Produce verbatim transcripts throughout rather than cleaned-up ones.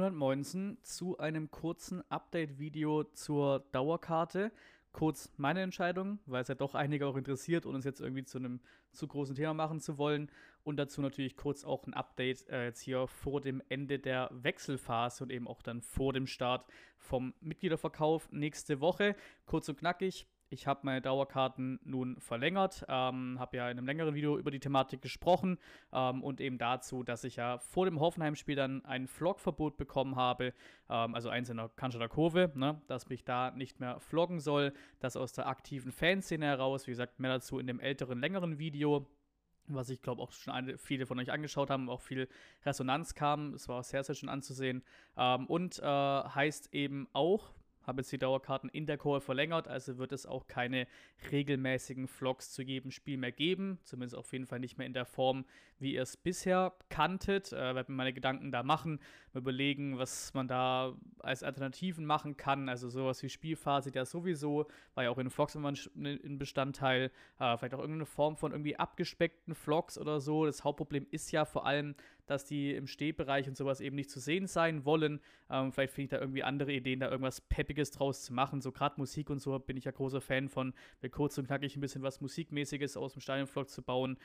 Moin und Moinsen zu einem kurzen Update-Video zur Dauerkarte. Kurz meine Entscheidung, weil es ja doch einige auch interessiert und uns jetzt irgendwie zu einem zu großen Thema machen zu wollen. Und dazu natürlich kurz auch ein Update äh, jetzt hier vor dem Ende der Wechselphase und eben auch dann vor dem Start vom Mitgliederverkauf nächste Woche. Kurz und knackig. Ich habe meine Dauerkarten nun verlängert, ähm, habe ja in einem längeren Video über die Thematik gesprochen ähm, und eben dazu, dass ich ja vor dem Hoffenheim-Spiel dann ein Vlog-Verbot bekommen habe, ähm, also eins in der Cannstatter Kurve, ne, dass mich da nicht mehr vloggen soll, das aus der aktiven Fanszene heraus, wie gesagt, mehr dazu in dem älteren, längeren Video, was ich glaube auch schon eine, viele von euch angeschaut haben, auch viel Resonanz kam, es war auch sehr, sehr schön anzusehen ähm, und äh, heißt eben auch, habe jetzt die Dauerkarten in der Kurve verlängert, also wird es auch keine regelmäßigen Vlogs zu jedem Spiel mehr geben, zumindest auf jeden Fall nicht mehr in der Form, wie ihr es bisher kanntet. Äh, werde mir meine Gedanken da machen, mir überlegen, was man da als Alternativen machen kann, also sowas wie Spielphase, ja sowieso, war ja auch in den Vlogs immer ein Bestandteil, äh, vielleicht auch irgendeine Form von irgendwie abgespeckten Vlogs oder so. Das Hauptproblem ist ja vor allem, dass die im Stehbereich und sowas eben nicht zu sehen sein wollen. Ähm, vielleicht finde ich da irgendwie andere Ideen, da irgendwas Peppiges draus zu machen. So gerade Musik und so bin ich ja großer Fan von, mir kurz und knackig ein bisschen was Musikmäßiges aus dem Stadionvlog zu bauen.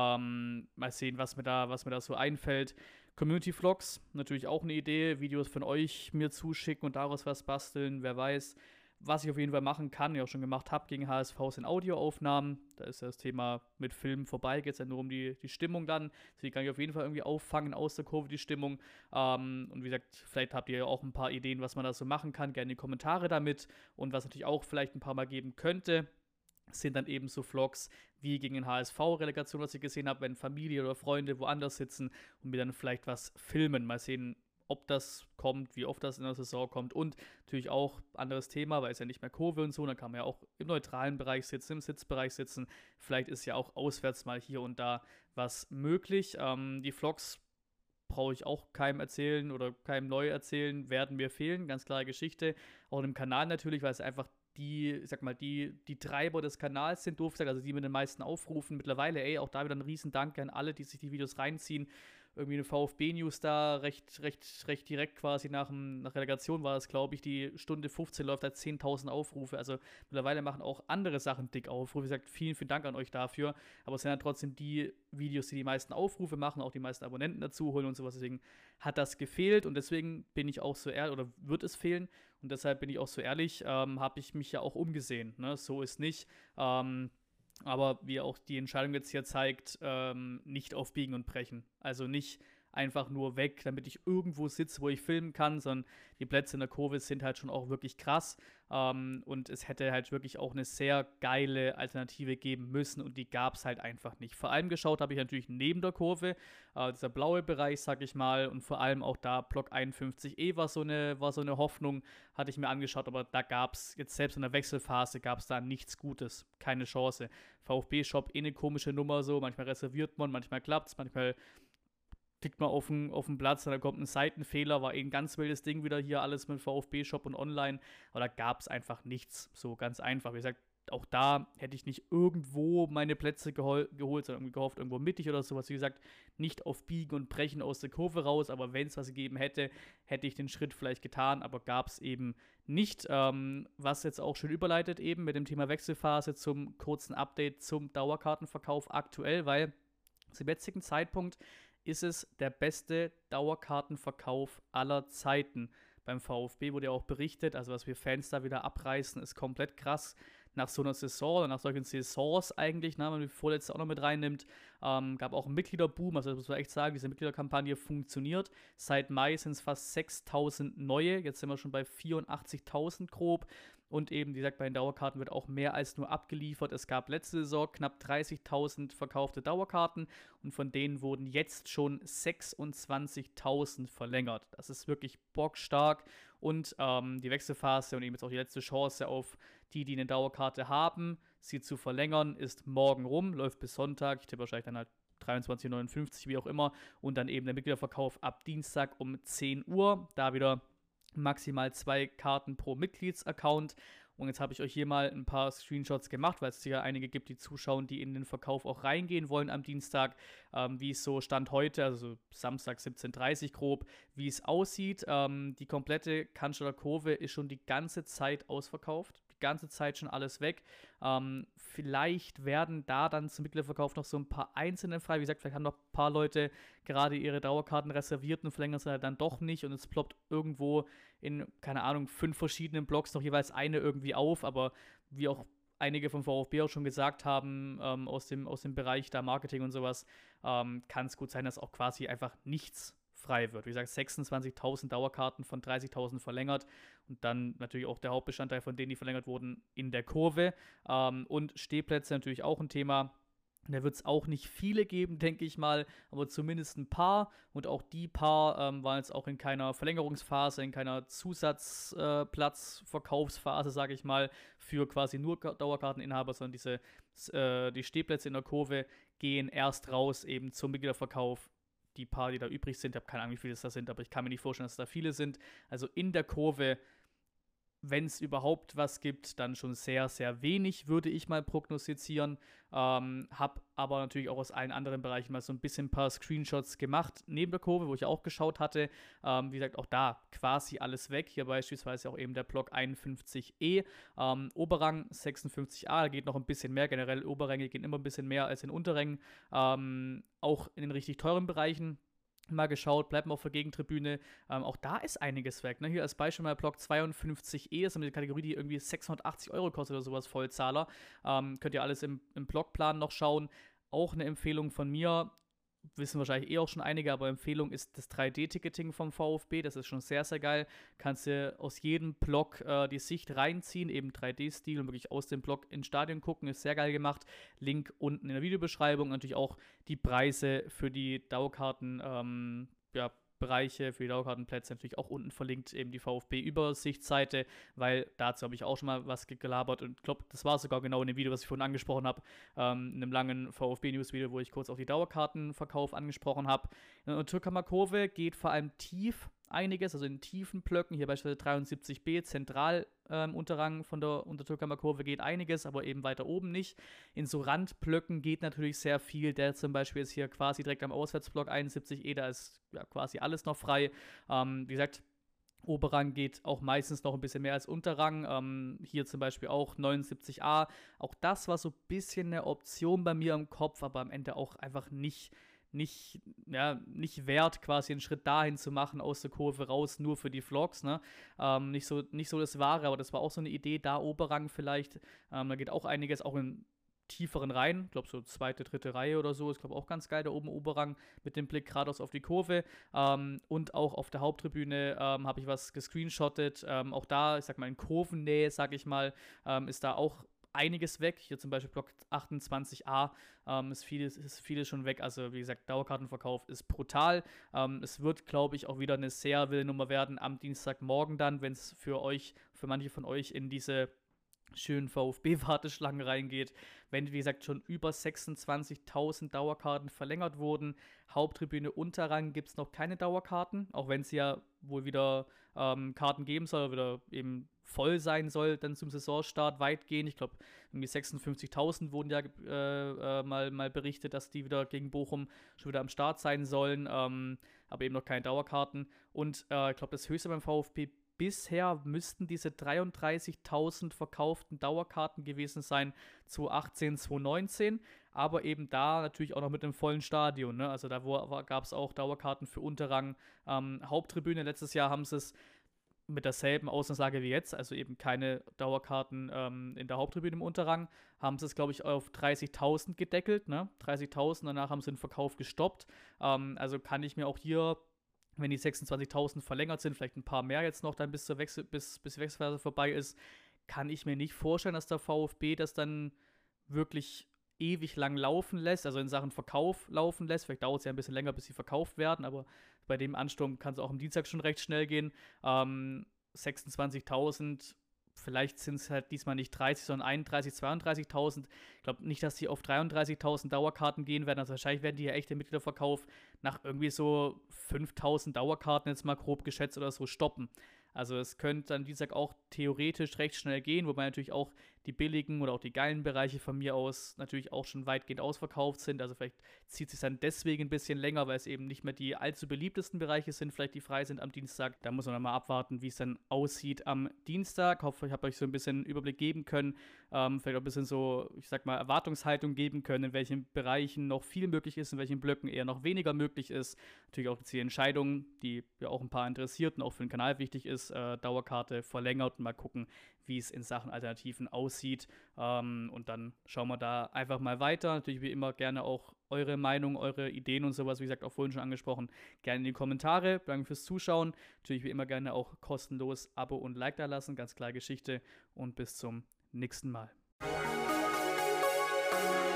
Ähm, mal sehen, was mir da, was mir da so einfällt. Community-Vlogs, natürlich auch eine Idee. Videos von euch mir zuschicken und daraus was basteln, wer weiß. Was ich auf jeden Fall machen kann, ja auch schon gemacht habe gegen H S V, sind Audioaufnahmen. Da ist ja das Thema mit Filmen vorbei, geht es ja nur um die, die Stimmung dann. Die kann ich auf jeden Fall irgendwie auffangen aus der Kurve, die Stimmung. Ähm, und wie gesagt, vielleicht habt ihr ja auch ein paar Ideen, was man da so machen kann. Gerne in die Kommentare damit. Und was natürlich auch vielleicht ein paar Mal geben könnte, sind dann eben so Vlogs wie gegen den H S V-Relegation, was ich gesehen habe, wenn Familie oder Freunde woanders sitzen und mir dann vielleicht was filmen. Mal sehen, ob das kommt, wie oft das in der Saison kommt und natürlich auch anderes Thema, weil es ja nicht mehr Kurve und so, dann kann man ja auch im neutralen Bereich sitzen, im Sitzbereich sitzen, vielleicht ist ja auch auswärts mal hier und da was möglich. Ähm, die Vlogs brauche ich auch keinem erzählen oder keinem neu erzählen, werden mir fehlen, ganz klare Geschichte, auch im Kanal natürlich, weil es einfach die, ich sag mal, die, die Treiber des Kanals sind, doof gesagt, also die mit den meisten Aufrufen mittlerweile, ey, auch da wieder ein riesen Dank an alle, die sich die Videos reinziehen. Irgendwie eine VfB-News da, recht, recht, recht direkt quasi nach, dem, nach Relegation war das, glaube ich, die Stunde fünfzehn läuft da zehntausend Aufrufe, also mittlerweile machen auch andere Sachen dick Aufrufe, wie gesagt, vielen, vielen Dank an euch dafür, aber es sind dann trotzdem die Videos, die die meisten Aufrufe machen, auch die meisten Abonnenten dazu holen und sowas, deswegen hat das gefehlt und deswegen bin ich auch so ehrlich, oder wird es fehlen und deshalb bin ich auch so ehrlich, ähm, habe ich mich ja auch umgesehen, ne? So ist nicht, ähm, aber wie auch die Entscheidung jetzt hier zeigt, ähm, nicht auf Biegen und Brechen. Also nicht einfach nur weg, damit ich irgendwo sitze, wo ich filmen kann, sondern die Plätze in der Kurve sind halt schon auch wirklich krass. Ähm, und es hätte halt wirklich auch eine sehr geile Alternative geben müssen und die gab es halt einfach nicht. Vor allem geschaut habe ich natürlich neben der Kurve, äh, dieser blaue Bereich, sag ich mal, und vor allem auch da Block einundfünfzig E war so eine, war so eine Hoffnung, hatte ich mir angeschaut, aber da gab es jetzt selbst in der Wechselphase gab es da nichts Gutes, keine Chance. VfB-Shop eh eine komische Nummer so, manchmal reserviert man, manchmal klappt es, manchmal klickt man auf den, auf den Platz, dann kommt ein Seitenfehler, war eh ein ganz wildes Ding wieder hier, alles mit VfB-Shop und online, aber da gab es einfach nichts, so ganz einfach. Wie gesagt, auch da hätte ich nicht irgendwo meine Plätze gehol- geholt, sondern irgendwie gehofft, irgendwo mittig oder sowas. Wie gesagt, nicht auf Biegen und Brechen aus der Kurve raus, aber wenn es was gegeben hätte, hätte ich den Schritt vielleicht getan, aber gab es eben nicht. Ähm, was jetzt auch schön überleitet eben mit dem Thema Wechselphase zum kurzen Update zum Dauerkartenverkauf aktuell, weil zum jetzigen Zeitpunkt ist es der beste Dauerkartenverkauf aller Zeiten. Beim VfB wurde ja auch berichtet, also was wir Fans da wieder abreißen, ist komplett krass. Nach so einer Saison oder nach solchen Saisons eigentlich, ne, wenn man die vorletzte auch noch mit reinnimmt, ähm, gab auch einen Mitgliederboom, also das muss man echt sagen, diese Mitgliederkampagne funktioniert. Seit Mai sind es fast sechstausend neue, jetzt sind wir schon bei vierundachtzigtausend grob. Und eben, wie gesagt, bei den Dauerkarten wird auch mehr als nur abgeliefert. Es gab letzte Saison knapp dreißigtausend verkaufte Dauerkarten und von denen wurden jetzt schon sechsundzwanzigtausend verlängert. Das ist wirklich bockstark und ähm, die Wechselphase und eben jetzt auch die letzte Chance auf die, die eine Dauerkarte haben, sie zu verlängern, ist morgen rum, läuft bis Sonntag. Ich tippe wahrscheinlich dann halt dreiundzwanzig Uhr neunundfünfzig, wie auch immer. Und dann eben der Mitgliederverkauf ab Dienstag um zehn Uhr. Da wieder maximal zwei Karten pro Mitgliedsaccount Und jetzt habe ich euch hier mal ein paar Screenshots gemacht, weil es sicher einige gibt, die zuschauen, die in den Verkauf auch reingehen wollen am Dienstag, ähm, wie es so Stand heute, also Samstag siebzehn Uhr dreißig grob, wie es aussieht. Ähm, die komplette Cannstatter Kurve ist schon die ganze Zeit ausverkauft. Die ganze Zeit schon alles weg. Ähm, vielleicht werden da dann zum Mitgliederverkauf noch so ein paar einzelne frei. Wie gesagt, vielleicht haben noch ein paar Leute gerade ihre Dauerkarten reserviert und verlängern sie halt dann doch nicht. Und es ploppt irgendwo in, keine Ahnung, fünf verschiedenen Blocks noch jeweils eine irgendwie auf. Aber wie auch einige vom VfB auch schon gesagt haben, ähm, aus, dem, aus dem Bereich da Marketing und sowas, ähm, kann es gut sein, dass auch quasi einfach nichts frei wird. Wie gesagt, sechsundzwanzigtausend Dauerkarten von dreißigtausend verlängert und dann natürlich auch der Hauptbestandteil von denen, die verlängert wurden, in der Kurve. Ähm, und Stehplätze natürlich auch ein Thema. Da wird es auch nicht viele geben, denke ich mal, aber zumindest ein paar. Und auch die paar ähm, waren jetzt auch in keiner Verlängerungsphase, in keiner Zusatzplatzverkaufsphase, äh, sage ich mal, für quasi nur Dauerkarteninhaber, sondern diese, äh, die Stehplätze in der Kurve gehen erst raus eben zum Mitgliederverkauf. Die paar, die da übrig sind, ich habe keine Ahnung, wie viele es da sind, aber ich kann mir nicht vorstellen, dass es da viele sind. Also in der Kurve, wenn es überhaupt was gibt, dann schon sehr, sehr wenig, würde ich mal prognostizieren. Ähm, hab aber natürlich auch aus allen anderen Bereichen mal so ein bisschen ein paar Screenshots gemacht, neben der Kurve, wo ich auch geschaut hatte. Ähm, wie gesagt, auch da quasi alles weg. Hier beispielsweise auch eben der Block einundfünfzig E. Ähm, Oberrang sechsundfünfzig A, da geht noch ein bisschen mehr. Generell Oberränge gehen immer ein bisschen mehr als in Unterrängen. Ähm, auch in den richtig teuren Bereichen mal geschaut, bleibt mal auf der Gegentribüne. Ähm, auch da ist einiges weg. Ne? Hier als Beispiel mal Block zweiundfünfzig E, das ist eine Kategorie, die irgendwie sechshundertachtzig Euro kostet oder sowas, Vollzahler. Ähm, könnt ihr alles im, im Blockplan noch schauen. Auch eine Empfehlung von mir, wissen wahrscheinlich eh auch schon einige, aber Empfehlung ist das drei D-Ticketing vom VfB. Das ist schon sehr, sehr geil. Kannst du aus jedem Block äh, die Sicht reinziehen, eben drei D-Stil und wirklich aus dem Block ins Stadion gucken. Ist sehr geil gemacht. Link unten in der Videobeschreibung. Natürlich auch die Preise für die Dauerkarten, ähm, ja, Bereiche für die Dauerkartenplätze natürlich auch unten verlinkt, eben die VfB-Übersichtsseite, weil dazu habe ich auch schon mal was gelabert und ich glaube, das war sogar genau in dem Video, was ich vorhin angesprochen habe, ähm, in einem langen VfB-News-Video, wo ich kurz auch die Dauerkartenverkauf angesprochen habe. In der Türkheimer Kurve geht vor allem tief einiges, also in tiefen Blöcken, hier beispielsweise dreiundsiebzig B, zentral ähm, Unterrang von der Untertürkheimer Kurve geht einiges, aber eben weiter oben nicht. In so Randblöcken geht natürlich sehr viel, der zum Beispiel ist hier quasi direkt am Auswärtsblock einundsiebzig E, da ist ja quasi alles noch frei. Ähm, wie gesagt, Oberrang geht auch meistens noch ein bisschen mehr als Unterrang. Ähm, hier zum Beispiel auch neunundsiebzig A. Auch das war so ein bisschen eine Option bei mir im Kopf, aber am Ende auch einfach nicht nicht, ja, nicht wert, quasi einen Schritt dahin zu machen, aus der Kurve raus, nur für die Vlogs, ne? Ähm, nicht so, nicht so das Wahre, aber das war auch so eine Idee, da Oberrang vielleicht, ähm, da geht auch einiges, auch in tieferen Reihen, ich glaube so zweite, dritte Reihe oder so, ist glaube auch ganz geil, da oben Oberrang mit dem Blick geradeaus auf die Kurve, ähm, und auch auf der Haupttribüne ähm, habe ich was gescreenshottet, ähm, auch da, ich sag mal in Kurvennähe, sag ich mal, ähm, ist da auch einiges weg. Hier zum Beispiel Block achtundzwanzig A ähm, ist, vieles, ist vieles schon weg. Also wie gesagt, Dauerkartenverkauf ist brutal. Ähm, es wird, glaube ich, auch wieder eine sehr wilde Nummer werden am Dienstagmorgen dann, wenn es für euch, für manche von euch in diese schönen VfB-Warteschlangen reingeht. Wenn, wie gesagt, schon über sechsundzwanzigtausend Dauerkarten verlängert wurden. Haupttribüne Unterrang gibt es noch keine Dauerkarten, auch wenn es ja wohl wieder ähm, Karten geben soll, wieder eben voll sein soll, dann zum Saisonstart weitgehend. Ich glaube, irgendwie sechsundfünfzigtausend wurden ja äh, äh, mal, mal berichtet, dass die wieder gegen Bochum schon wieder am Start sein sollen, ähm, aber eben noch keine Dauerkarten. Und äh, ich glaube, das höchste beim VfB bisher müssten diese dreiunddreißigtausend verkauften Dauerkarten gewesen sein zu achtzehn, zu neunzehn, aber eben da natürlich auch noch mit einem vollen Stadion, ne? Also da gab es auch Dauerkarten für Unterrang, ähm, Haupttribüne. Letztes Jahr haben sie es mit derselben Ausgangslage wie jetzt, also eben keine Dauerkarten ähm, in der Haupttribüne im Unterrang, haben sie es, glaube ich, auf dreißigtausend gedeckelt, ne? dreißigtausend, danach haben sie den Verkauf gestoppt. Ähm, also kann ich mir auch hier, wenn die sechsundzwanzigtausend verlängert sind, vielleicht ein paar mehr jetzt noch, dann bis zur Wechsel, bis, bis die Wechselphase vorbei ist, kann ich mir nicht vorstellen, dass der VfB das dann wirklich ewig lang laufen lässt, also in Sachen Verkauf laufen lässt. Vielleicht dauert es ja ein bisschen länger, bis sie verkauft werden, aber bei dem Ansturm kann es auch am Dienstag schon recht schnell gehen. Ähm, sechsundzwanzigtausend, vielleicht sind es halt diesmal nicht dreißig, sondern einunddreißig, zweiunddreißigtausend. Ich glaube nicht, dass die auf dreiunddreißigtausend Dauerkarten gehen werden. Also wahrscheinlich werden die ja echt den Mitgliederverkauf nach irgendwie so fünftausend Dauerkarten jetzt mal grob geschätzt oder so stoppen. Also es könnte dann, wie gesagt, auch theoretisch recht schnell gehen, wobei natürlich auch die billigen oder auch die geilen Bereiche von mir aus natürlich auch schon weitgehend ausverkauft sind. Also vielleicht zieht es sich dann deswegen ein bisschen länger, weil es eben nicht mehr die allzu beliebtesten Bereiche sind, vielleicht die frei sind am Dienstag. Da muss man dann mal abwarten, wie es dann aussieht am Dienstag. Ich hoffe, ich habe euch so ein bisschen Überblick geben können, ähm, vielleicht auch ein bisschen so, ich sag mal, Erwartungshaltung geben können, in welchen Bereichen noch viel möglich ist, in welchen Blöcken eher noch weniger möglich ist. Natürlich auch die Entscheidung, die ja auch ein paar interessiert und auch für den Kanal wichtig ist, äh, Dauerkarte verlängert und mal gucken, wie es in Sachen Alternativen aussieht. Ähm, und dann schauen wir da einfach mal weiter. Natürlich wie immer gerne auch eure Meinung, eure Ideen und sowas, wie gesagt, auch vorhin schon angesprochen, gerne in die Kommentare. Danke fürs Zuschauen. Natürlich wie immer gerne auch kostenlos Abo und Like da lassen. Ganz klare Geschichte und bis zum nächsten Mal.